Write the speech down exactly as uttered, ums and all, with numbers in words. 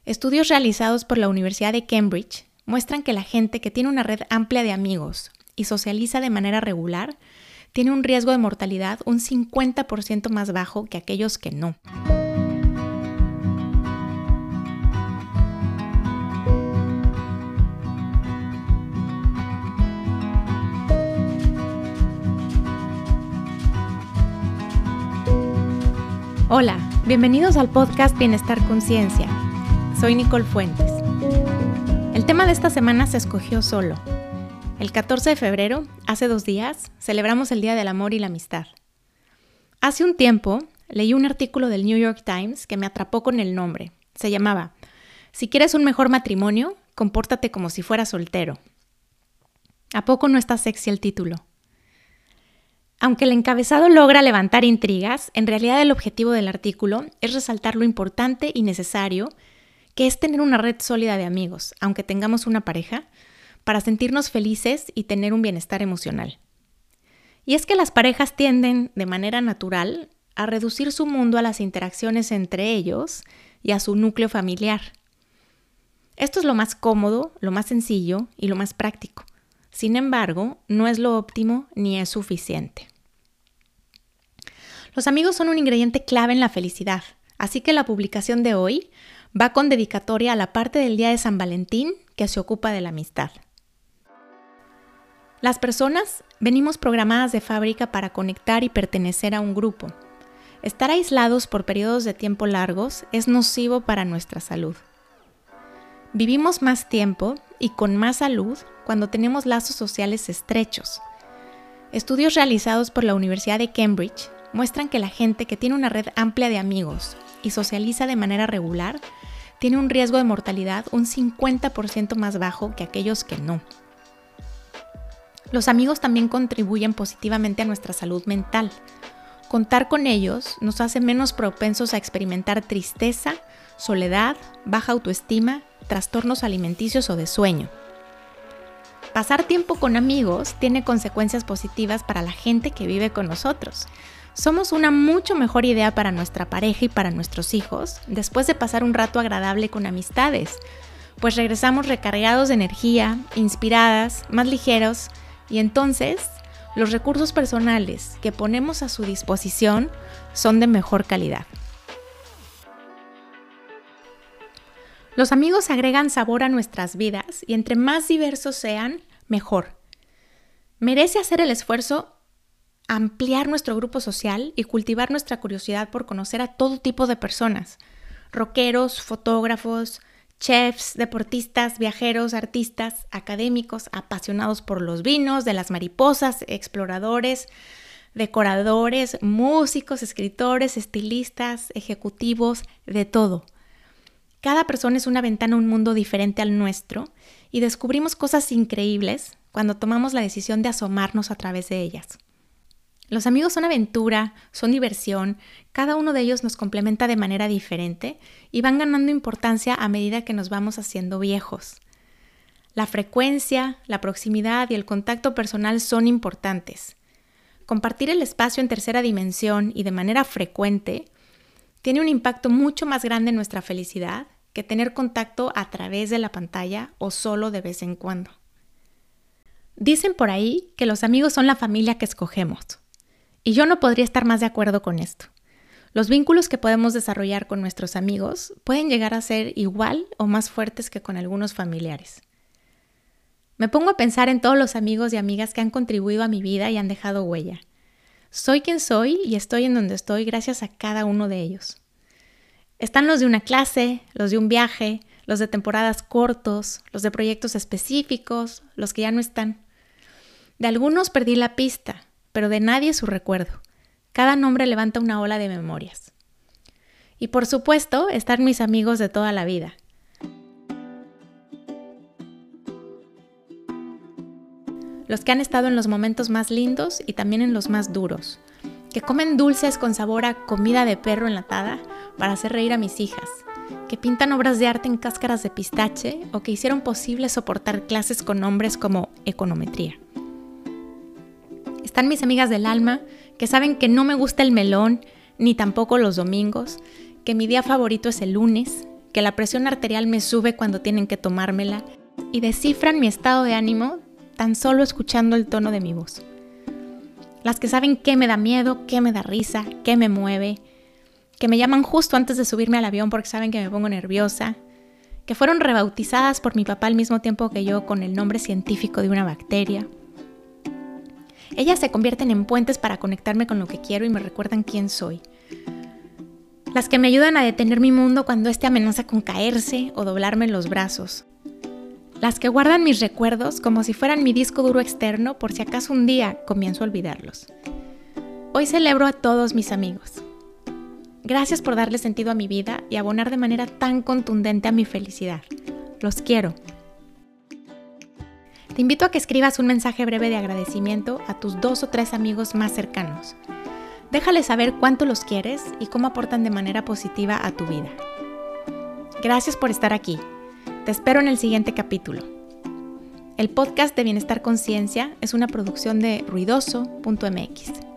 Estudios realizados por la Universidad de Cambridge muestran que la gente que tiene una red amplia de amigos y socializa de manera regular tiene un riesgo de mortalidad un cincuenta por ciento más bajo que aquellos que no. Hola, bienvenidos al podcast Bienestar Conciencia. Soy Nicole Fuentes. El tema de esta semana se escogió solo. El catorce de febrero, hace dos días, celebramos el Día del Amor y la Amistad. Hace un tiempo, leí un artículo del New York Times que me atrapó con el nombre. Se llamaba "Si quieres un mejor matrimonio, compórtate como si fueras soltero". ¿A poco no está sexy el título? Aunque el encabezado logra levantar intrigas, en realidad el objetivo del artículo es resaltar lo importante y necesario que es tener una red sólida de amigos, aunque tengamos una pareja, para sentirnos felices y tener un bienestar emocional. Y es que las parejas tienden, de manera natural, a reducir su mundo a las interacciones entre ellos y a su núcleo familiar. Esto es lo más cómodo, lo más sencillo y lo más práctico. Sin embargo, no es lo óptimo ni es suficiente. Los amigos son un ingrediente clave en la felicidad, así que la publicación de hoy va con dedicatoria a la parte del Día de San Valentín que se ocupa de la amistad. Las personas venimos programadas de fábrica para conectar y pertenecer a un grupo. Estar aislados por periodos de tiempo largos es nocivo para nuestra salud. Vivimos más tiempo y con más salud cuando tenemos lazos sociales estrechos. Estudios realizados por la Universidad de Cambridge muestran que la gente que tiene una red amplia de amigos y socializa de manera regular tiene un riesgo de mortalidad un cincuenta por ciento más bajo que aquellos que no. Los amigos también contribuyen positivamente a nuestra salud mental. Contar con ellos nos hace menos propensos a experimentar tristeza, soledad, baja autoestima, trastornos alimenticios o de sueño. Pasar tiempo con amigos tiene consecuencias positivas para la gente que vive con nosotros. Somos una mucho mejor idea para nuestra pareja y para nuestros hijos después de pasar un rato agradable con amistades, pues regresamos recargados de energía, inspiradas, más ligeros, y entonces los recursos personales que ponemos a su disposición son de mejor calidad. Los amigos agregan sabor a nuestras vidas y entre más diversos sean, mejor. Merece hacer el esfuerzo ampliar nuestro grupo social y cultivar nuestra curiosidad por conocer a todo tipo de personas. Rockeros, fotógrafos, chefs, deportistas, viajeros, artistas, académicos, apasionados por los vinos, de las mariposas, exploradores, decoradores, músicos, escritores, estilistas, ejecutivos, de todo. Cada persona es una ventana a un mundo diferente al nuestro y descubrimos cosas increíbles cuando tomamos la decisión de asomarnos a través de ellas. Los amigos son aventura, son diversión, cada uno de ellos nos complementa de manera diferente y van ganando importancia a medida que nos vamos haciendo viejos. La frecuencia, la proximidad y el contacto personal son importantes. Compartir el espacio en tercera dimensión y de manera frecuente tiene un impacto mucho más grande en nuestra felicidad que tener contacto a través de la pantalla o solo de vez en cuando. Dicen por ahí que los amigos son la familia que escogemos. Y yo no podría estar más de acuerdo con esto. Los vínculos que podemos desarrollar con nuestros amigos pueden llegar a ser igual o más fuertes que con algunos familiares. Me pongo a pensar en todos los amigos y amigas que han contribuido a mi vida y han dejado huella. Soy quien soy y estoy en donde estoy gracias a cada uno de ellos. Están los de una clase, los de un viaje, los de temporadas cortos, los de proyectos específicos, los que ya no están. De algunos perdí la pista, pero de nadie su recuerdo. Cada nombre levanta una ola de memorias. Y por supuesto, están mis amigos de toda la vida. Los que han estado en los momentos más lindos y también en los más duros. Que comen dulces con sabor a comida de perro enlatada para hacer reír a mis hijas. Que pintan obras de arte en cáscaras de pistache o que hicieron posible soportar clases con nombres como econometría. Están mis amigas del alma, que saben que no me gusta el melón, ni tampoco los domingos, que mi día favorito es el lunes, que la presión arterial me sube cuando tienen que tomármela y descifran mi estado de ánimo tan solo escuchando el tono de mi voz. Las que saben qué me da miedo, qué me da risa, qué me mueve, que me llaman justo antes de subirme al avión porque saben que me pongo nerviosa, que fueron rebautizadas por mi papá al mismo tiempo que yo con el nombre científico de una bacteria. Ellas se convierten en puentes para conectarme con lo que quiero y me recuerdan quién soy. Las que me ayudan a detener mi mundo cuando éste amenaza con caerse o doblarme los brazos. Las que guardan mis recuerdos como si fueran mi disco duro externo por si acaso un día comienzo a olvidarlos. Hoy celebro a todos mis amigos. Gracias por darle sentido a mi vida y abonar de manera tan contundente a mi felicidad. Los quiero. Te invito a que escribas un mensaje breve de agradecimiento a tus dos o tres amigos más cercanos. Déjales saber cuánto los quieres y cómo aportan de manera positiva a tu vida. Gracias por estar aquí. Te espero en el siguiente capítulo. El podcast de Bienestar Conciencia es una producción de ruidoso punto m x.